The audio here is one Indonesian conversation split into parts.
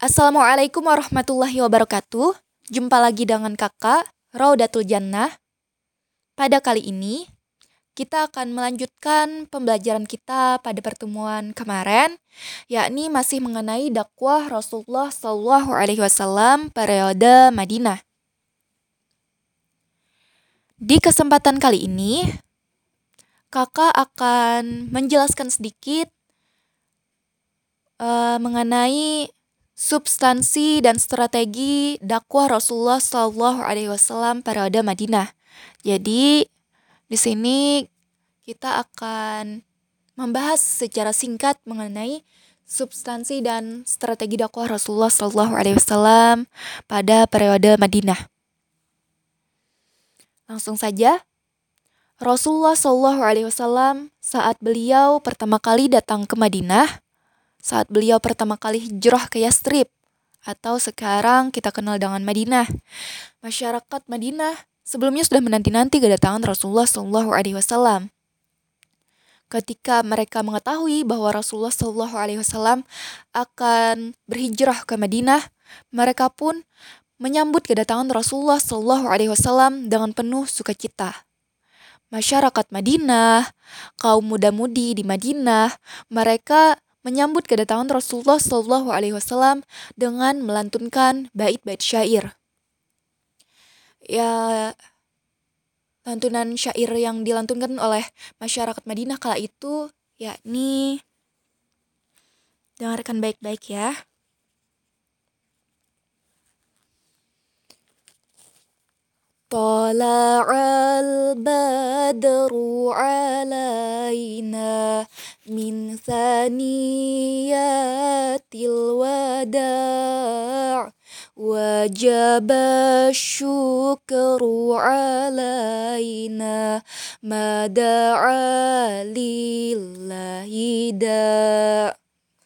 Assalamualaikum warahmatullahi wabarakatuh. Jumpa lagi dengan kakak, Raudatul Jannah. Pada kali ini, kita akan melanjutkan pembelajaran kita pada pertemuan kemarin, yakni masih mengenai dakwah Rasulullah SAW periode Madinah. Di kesempatan kali ini, kakak akan menjelaskan sedikit mengenai substansi dan strategi dakwah Rasulullah SAW periode Madinah. Jadi di sini kita akan membahas secara singkat mengenai substansi dan strategi dakwah Rasulullah SAW pada periode Madinah. Langsung saja, Rasulullah SAW saat beliau pertama kali datang ke Madinah, saat beliau pertama kali hijrah ke Yastrib, atau sekarang kita kenal dengan Madinah. Masyarakat Madinah sebelumnya sudah menanti-nanti kedatangan Rasulullah SAW. Ketika mereka mengetahui bahwa Rasulullah SAW akan berhijrah ke Madinah, mereka pun menyambut kedatangan Rasulullah SAW dengan penuh sukacita. Masyarakat Madinah, kaum muda-mudi di Madinah, mereka menyambut kedatangan Rasulullah SAW dengan melantunkan bait-bait syair. Ya, lantunan syair yang dilantunkan oleh masyarakat Madinah kala itu, yakni, dengarkan baik-baik ya. Tala'al badru alaina min thaniyatil wada' wajaba syukru alaina mada'a lillahi da'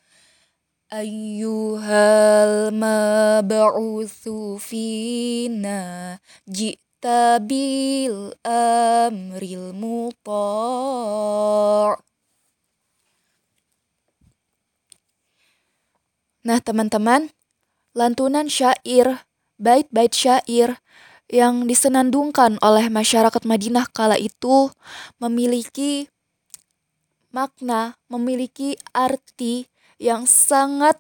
ayyuhal mab'utsu fina ji'ta bil amril muta'. Nah teman-teman, lantunan syair, bait-bait syair yang disenandungkan oleh masyarakat Madinah kala itu memiliki makna, memiliki arti yang sangat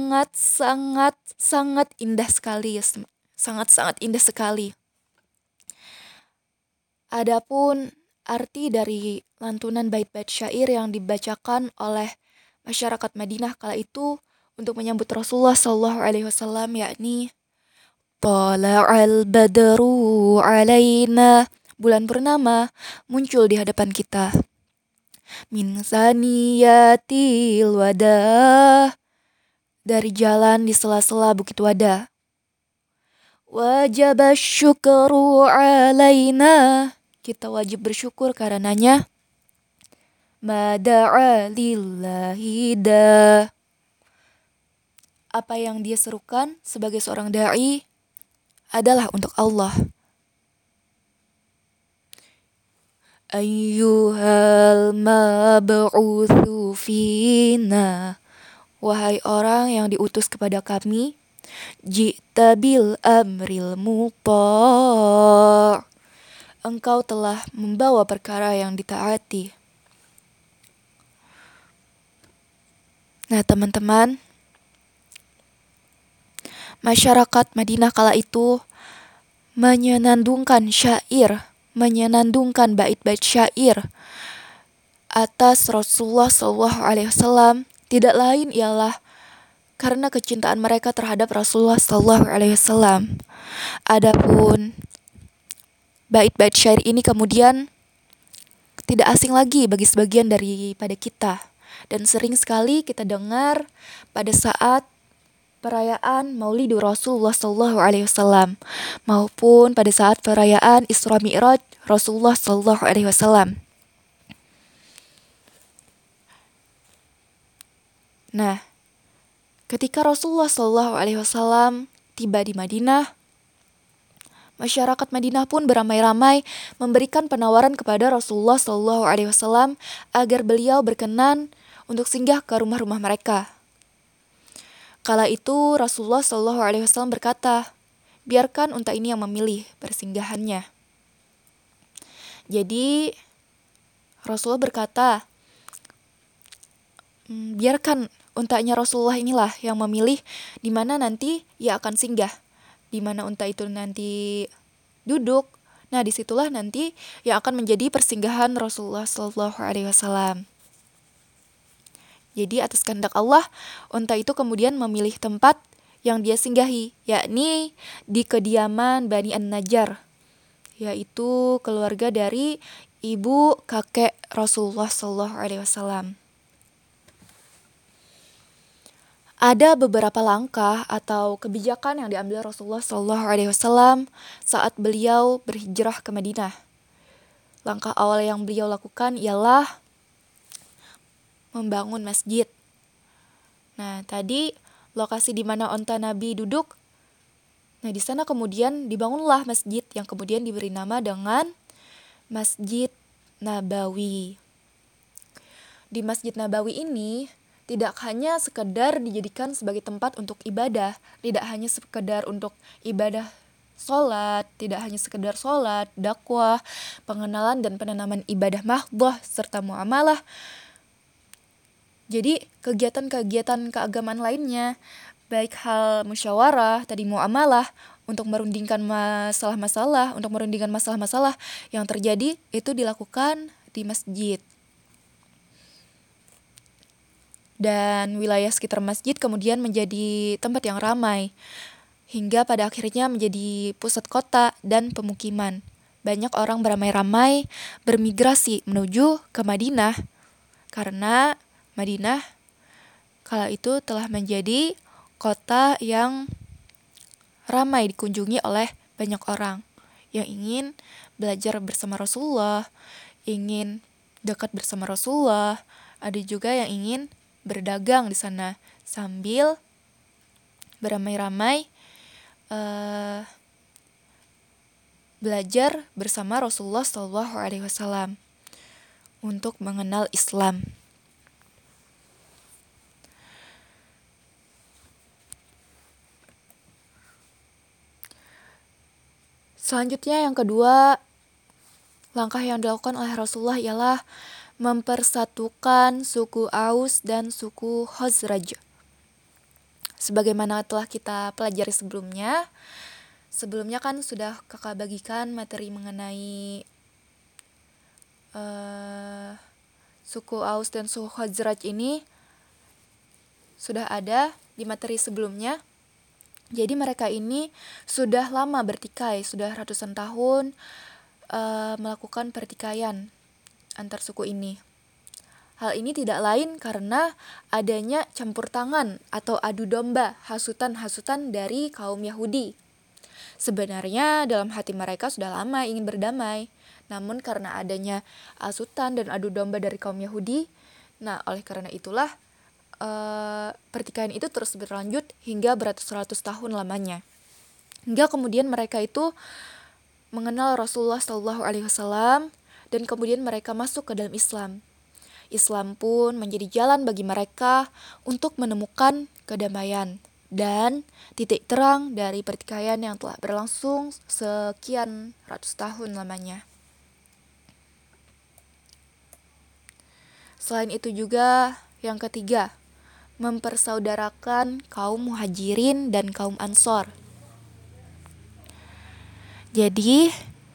indah sekali, sangat indah sekali. Adapun arti dari lantunan bait-bait syair yang dibacakan oleh masyarakat Madinah kala itu untuk menyambut Rasulullah SAW, yakni Tala'al badru alaina, bulan purnama muncul di hadapan kita. Min saniyatil wada, dari jalan di sela-sela Bukit Wada. Wajib syukru alaina, kita wajib bersyukur karenanya. Mada'a lillahi da, apa yang dia serukan sebagai seorang da'i adalah untuk Allah. Ayyuhal mab'utsu fina, wahai orang yang diutus kepada kami, ji'ta bil amril muta', engkau telah membawa perkara yang ditaati. Nah teman-teman, masyarakat Madinah kala itu menyenandungkan syair, menyenandungkan bait-bait syair atas Rasulullah SAW, tidak lain ialah karena kecintaan mereka terhadap Rasulullah SAW. Adapun bait-bait syair ini kemudian tidak asing lagi bagi sebagian daripada kita, dan sering sekali kita dengar pada saat perayaan Maulidur Rasulullah SAW maupun pada saat perayaan Isra Mi'raj Rasulullah SAW. Nah, ketika Rasulullah SAW tiba di Madinah, masyarakat Madinah pun beramai-ramai memberikan penawaran kepada Rasulullah SAW agar beliau berkenan untuk singgah ke rumah-rumah mereka. Kala itu Rasulullah Shallallahu Alaihi Wasallam berkata, biarkan unta ini yang memilih persinggahannya. Jadi Rasulullah berkata, biarkan untanya Rasulullah inilah yang memilih di mana nanti ia akan singgah, di mana unta itu nanti duduk. Nah, disitulah nanti yang akan menjadi persinggahan Rasulullah Shallallahu Alaihi Wasallam. Jadi atas kehendak Allah, unta itu kemudian memilih tempat yang dia singgahi, yakni di kediaman Bani An-Najjar, yaitu keluarga dari ibu kakek Rasulullah Shallallahu Alaihi Wasallam. Ada beberapa langkah atau kebijakan yang diambil Rasulullah Shallallahu Alaihi Wasallam saat beliau berhijrah ke Madinah. Langkah awal yang beliau lakukan ialah membangun masjid. Nah, tadi lokasi di mana onta Nabi duduk, nah di sana kemudian dibangunlah masjid yang kemudian diberi nama dengan Masjid Nabawi. Di Masjid Nabawi ini tidak hanya sekedar dijadikan sebagai tempat untuk ibadah, tidak hanya sekedar untuk ibadah sholat, tidak hanya sekedar sholat, dakwah, pengenalan dan penanaman ibadah mahdhah serta muamalah. Jadi kegiatan-kegiatan keagamaan lainnya, baik hal musyawarah, tadi muamalah, untuk merundingkan masalah-masalah yang terjadi itu dilakukan di masjid. Dan wilayah sekitar masjid kemudian menjadi tempat yang ramai, hingga pada akhirnya menjadi pusat kota dan pemukiman. Banyak orang beramai-ramai bermigrasi menuju ke Madinah, karena Madinah kala itu telah menjadi kota yang ramai dikunjungi oleh banyak orang yang ingin belajar bersama Rasulullah, ingin dekat bersama Rasulullah. Ada juga yang ingin berdagang di sana sambil beramai-ramai belajar bersama Rasulullah Shallallahu Alaihi Wasallam untuk mengenal Islam. Selanjutnya yang kedua, langkah yang dilakukan oleh Rasulullah ialah mempersatukan suku Aus dan suku Khazraj. Sebagaimana telah kita pelajari sebelumnya kan sudah kakak bagikan materi mengenai suku Aus dan suku Khazraj ini sudah ada di materi sebelumnya. Jadi mereka ini sudah lama bertikai, sudah ratusan tahun melakukan pertikaian antar suku ini. Hal ini tidak lain karena adanya campur tangan atau adu domba, hasutan-hasutan dari kaum Yahudi. Sebenarnya dalam hati mereka sudah lama ingin berdamai, namun karena adanya hasutan dan adu domba dari kaum Yahudi, nah oleh karena itulah pertikaian itu terus berlanjut hingga beratus-ratus tahun lamanya. Hingga kemudian mereka itu mengenal Rasulullah Shallallahu Alaihi Wasallam dan kemudian mereka masuk ke dalam Islam. Islam pun menjadi jalan bagi mereka untuk menemukan kedamaian dan titik terang dari pertikaian yang telah berlangsung sekian ratus tahun lamanya. Selain itu juga yang ketiga, mempersaudarakan kaum muhajirin dan kaum ansor. Jadi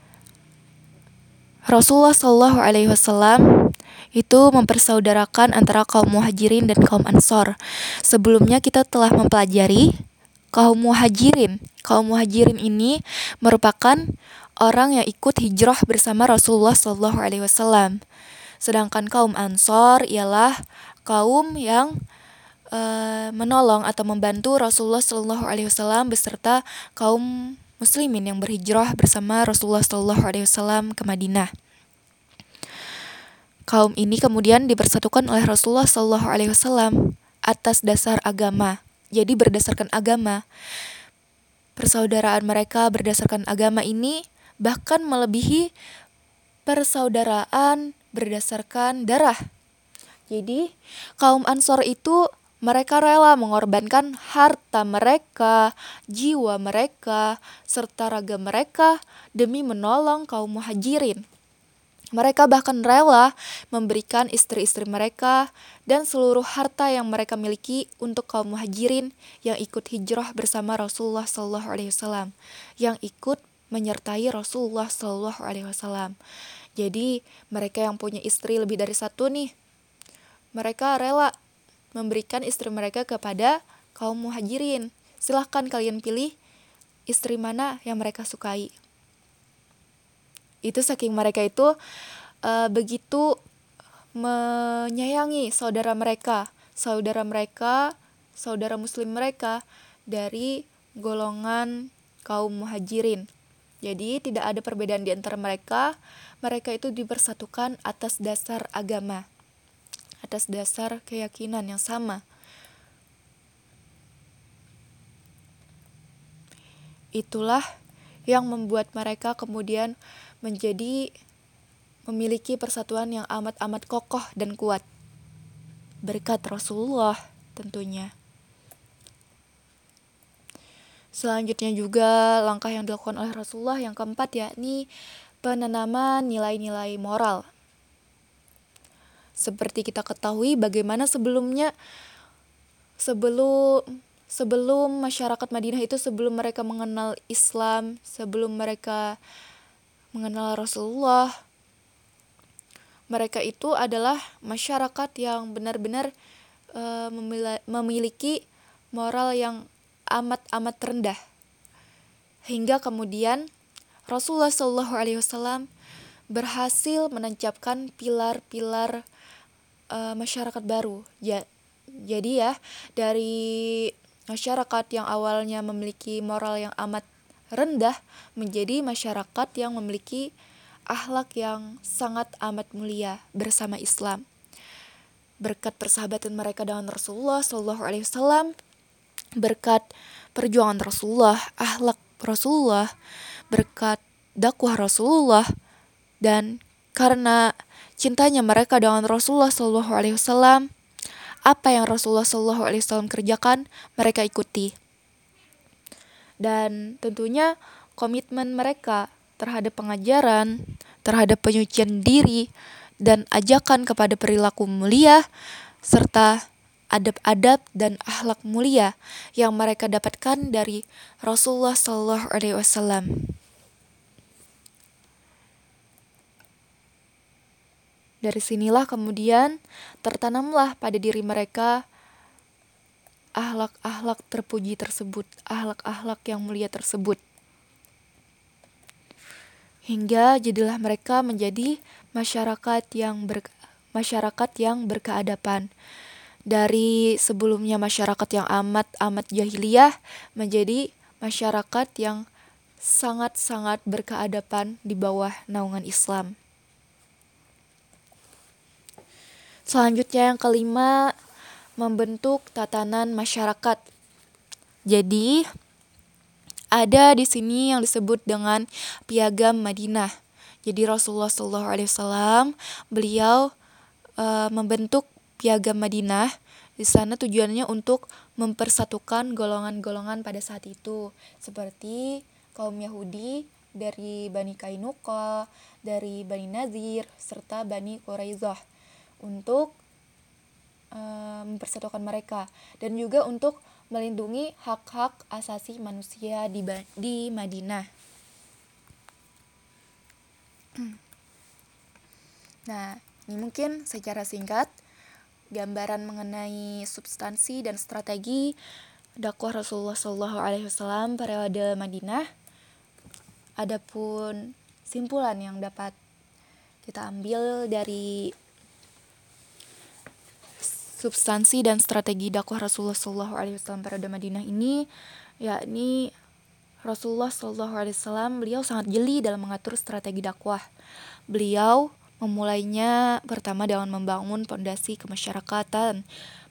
Rasulullah Shallallahu Alaihi Wasallam itu mempersaudarakan antara kaum muhajirin dan kaum ansor. Sebelumnya kita telah mempelajari kaum muhajirin. Kaum muhajirin ini merupakan orang yang ikut hijrah bersama Rasulullah Shallallahu Alaihi Wasallam. Sedangkan kaum ansor ialah kaum yang menolong atau membantu Rasulullah Shallallahu Alaihi Wasallam beserta kaum muslimin yang berhijrah bersama Rasulullah Shallallahu Alaihi Wasallam ke Madinah. Kaum ini kemudian dipersatukan oleh Rasulullah Shallallahu Alaihi Wasallam atas dasar agama. Jadi berdasarkan agama, persaudaraan mereka berdasarkan agama ini bahkan melebihi persaudaraan berdasarkan darah. Jadi kaum Ansor itu Mereka rela mengorbankan harta mereka, jiwa mereka, serta raga mereka demi menolong kaum muhajirin. Mereka bahkan rela memberikan istri-istri mereka dan seluruh harta yang mereka miliki untuk kaum muhajirin yang ikut hijrah bersama Rasulullah SAW, yang ikut menyertai Rasulullah SAW. Jadi mereka yang punya istri lebih dari satu nih, mereka rela memberikan istri mereka kepada kaum muhajirin. Silahkan kalian pilih istri mana yang mereka sukai. Itu saking mereka itu begitu menyayangi saudara muslim mereka dari golongan kaum muhajirin. Jadi tidak ada perbedaan di antara mereka. Mereka itu dipersatukan atas dasar agama, atas dasar keyakinan yang sama. Itulah yang membuat mereka kemudian memiliki persatuan yang amat-amat kokoh dan kuat. Berkat Rasulullah tentunya. Selanjutnya juga langkah yang dilakukan oleh Rasulullah yang keempat, yakni penanaman nilai-nilai moral. Seperti kita ketahui bagaimana sebelum masyarakat Madinah itu, sebelum mereka mengenal Islam, sebelum mereka mengenal Rasulullah, mereka itu adalah masyarakat yang benar-benar memiliki moral yang amat-amat rendah. Hingga kemudian Rasulullah SAW berhasil menancapkan pilar-pilar masyarakat baru. Jadi ya, dari masyarakat yang awalnya memiliki moral yang amat rendah menjadi masyarakat yang memiliki akhlak yang sangat amat mulia bersama Islam. Berkat persahabatan mereka dengan Rasulullah SAW, berkat perjuangan Rasulullah, akhlak Rasulullah, berkat dakwah Rasulullah, dan karena cintanya mereka dengan Rasulullah SAW, apa yang Rasulullah SAW kerjakan, mereka ikuti. Dan tentunya komitmen mereka terhadap pengajaran, terhadap penyucian diri, dan ajakan kepada perilaku mulia, serta adab-adab dan akhlak mulia yang mereka dapatkan dari Rasulullah SAW. Dari sinilah kemudian tertanamlah pada diri mereka akhlak-akhlak terpuji tersebut, akhlak-akhlak yang mulia tersebut. Hingga jadilah mereka menjadi masyarakat yang berkeadaban. Dari sebelumnya masyarakat yang amat jahiliyah menjadi masyarakat yang sangat-sangat berkeadaban di bawah naungan Islam. Selanjutnya yang kelima, membentuk tatanan masyarakat. Jadi ada di sini yang disebut dengan Piagam Madinah. Jadi Rasulullah SAW beliau membentuk Piagam Madinah. Di sana tujuannya untuk mempersatukan golongan-golongan pada saat itu, seperti kaum Yahudi dari Bani Kainuqa, dari Bani Nazir, serta Bani Quraisyah, untuk mempersatukan mereka, dan juga untuk melindungi hak-hak asasi manusia di Madinah. Nah, ini mungkin secara singkat gambaran mengenai substansi dan strategi dakwah Rasulullah SAW periode Madinah. Adapun simpulan yang dapat kita ambil dari substansi dan strategi dakwah Rasulullah SAW periode Madinah ini, yakni Rasulullah SAW beliau sangat jeli dalam mengatur strategi dakwah. Beliau memulainya pertama dengan membangun pondasi kemasyarakatan.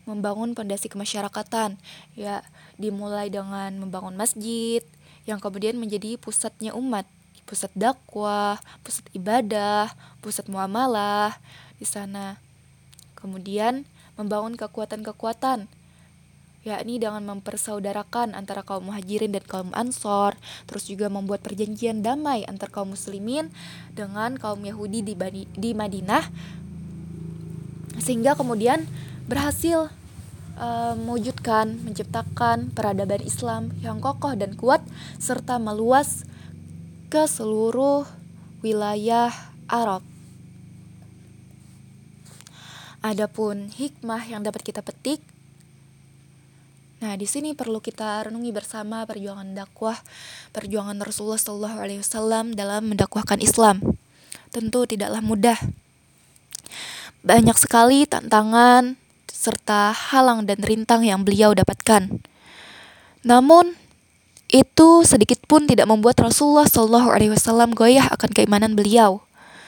Ya, dimulai dengan membangun masjid yang kemudian menjadi pusatnya umat, pusat dakwah, pusat ibadah, pusat muamalah di sana. Kemudian membangun kekuatan-kekuatan yakni dengan mempersaudarakan antara kaum muhajirin dan kaum ansor, terus juga membuat perjanjian damai antar kaum muslimin dengan kaum Yahudi di Madinah, sehingga kemudian berhasil menciptakan peradaban Islam yang kokoh dan kuat serta meluas ke seluruh wilayah Arab. Adapun hikmah yang dapat kita petik, nah di sini perlu kita renungi bersama perjuangan Rasulullah SAW dalam mendakwahkan Islam. Tentu tidaklah mudah. Banyak sekali tantangan serta halang dan rintang yang beliau dapatkan. Namun itu sedikit pun tidak membuat Rasulullah SAW goyah akan keimanan beliau.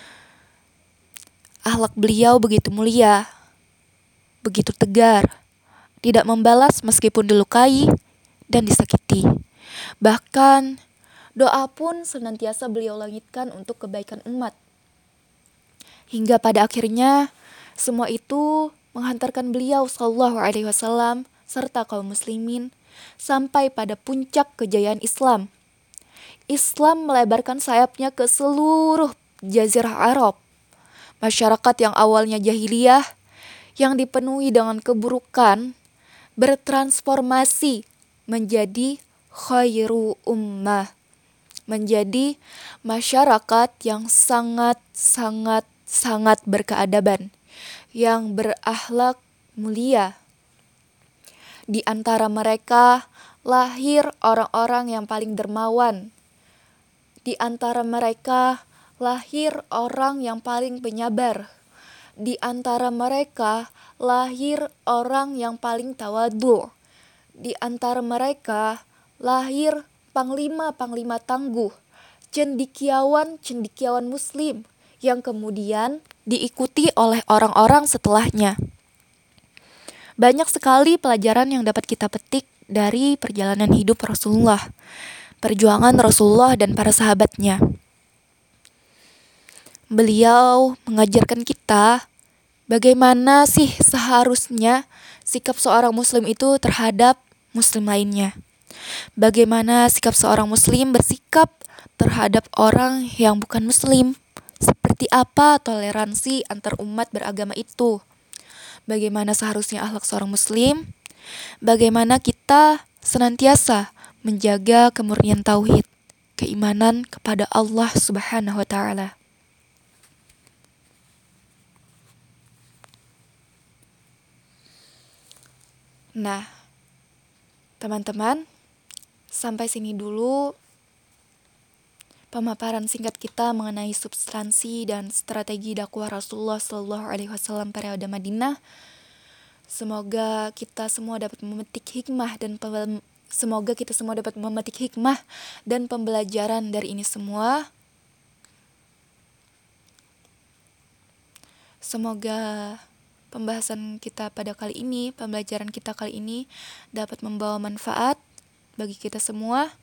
Akhlak beliau begitu mulia, begitu tegar, tidak membalas meskipun dilukai dan disakiti. Bahkan doa pun senantiasa beliau langitkan untuk kebaikan umat. Hingga pada akhirnya semua itu menghantarkan beliau SAW serta kaum muslimin sampai pada puncak kejayaan Islam. Islam melebarkan sayapnya ke seluruh jazirah Arab. Masyarakat yang awalnya jahiliyah, yang dipenuhi dengan keburukan, bertransformasi menjadi khairu ummah, menjadi masyarakat yang sangat berkeadaban, yang berakhlak mulia. Di antara mereka lahir orang-orang yang paling dermawan. Di antara mereka lahir orang yang paling penyabar. Di antara mereka lahir orang yang paling tawadhu. Di antara mereka lahir panglima-panglima tangguh, cendikiawan muslim yang kemudian diikuti oleh orang-orang setelahnya. Banyak sekali pelajaran yang dapat kita petik dari perjalanan hidup Rasulullah, perjuangan Rasulullah dan para sahabatnya. Beliau mengajarkan kita bagaimana sih seharusnya sikap seorang muslim itu terhadap muslim lainnya. Bagaimana sikap seorang muslim bersikap terhadap orang yang bukan muslim. Seperti apa toleransi antar umat beragama itu. Bagaimana seharusnya akhlak seorang muslim. Bagaimana kita senantiasa menjaga kemurnian tauhid, keimanan kepada Allah Subhanahu wa taala. Nah, teman-teman, sampai sini dulu pemaparan singkat kita mengenai substansi dan strategi dakwah Rasulullah SAW periode Madinah. Semoga kita semua dapat memetik hikmah dan pembelajaran dari ini semua. Semoga pembelajaran kita kali ini dapat membawa manfaat bagi kita semua.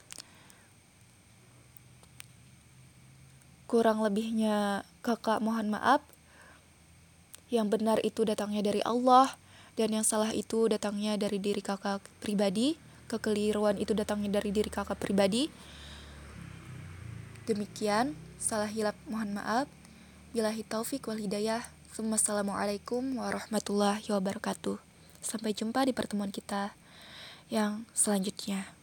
Kurang lebihnya kakak mohon maaf. Yang benar itu datangnya dari Allah, dan yang salah itu datangnya dari diri kakak pribadi. Kekeliruan itu datangnya dari diri kakak pribadi. Demikian, salah hilap mohon maaf. Billahi taufik wal hidayah. Assalamualaikum warahmatullahi wabarakatuh. Sampai jumpa di pertemuan kita yang selanjutnya.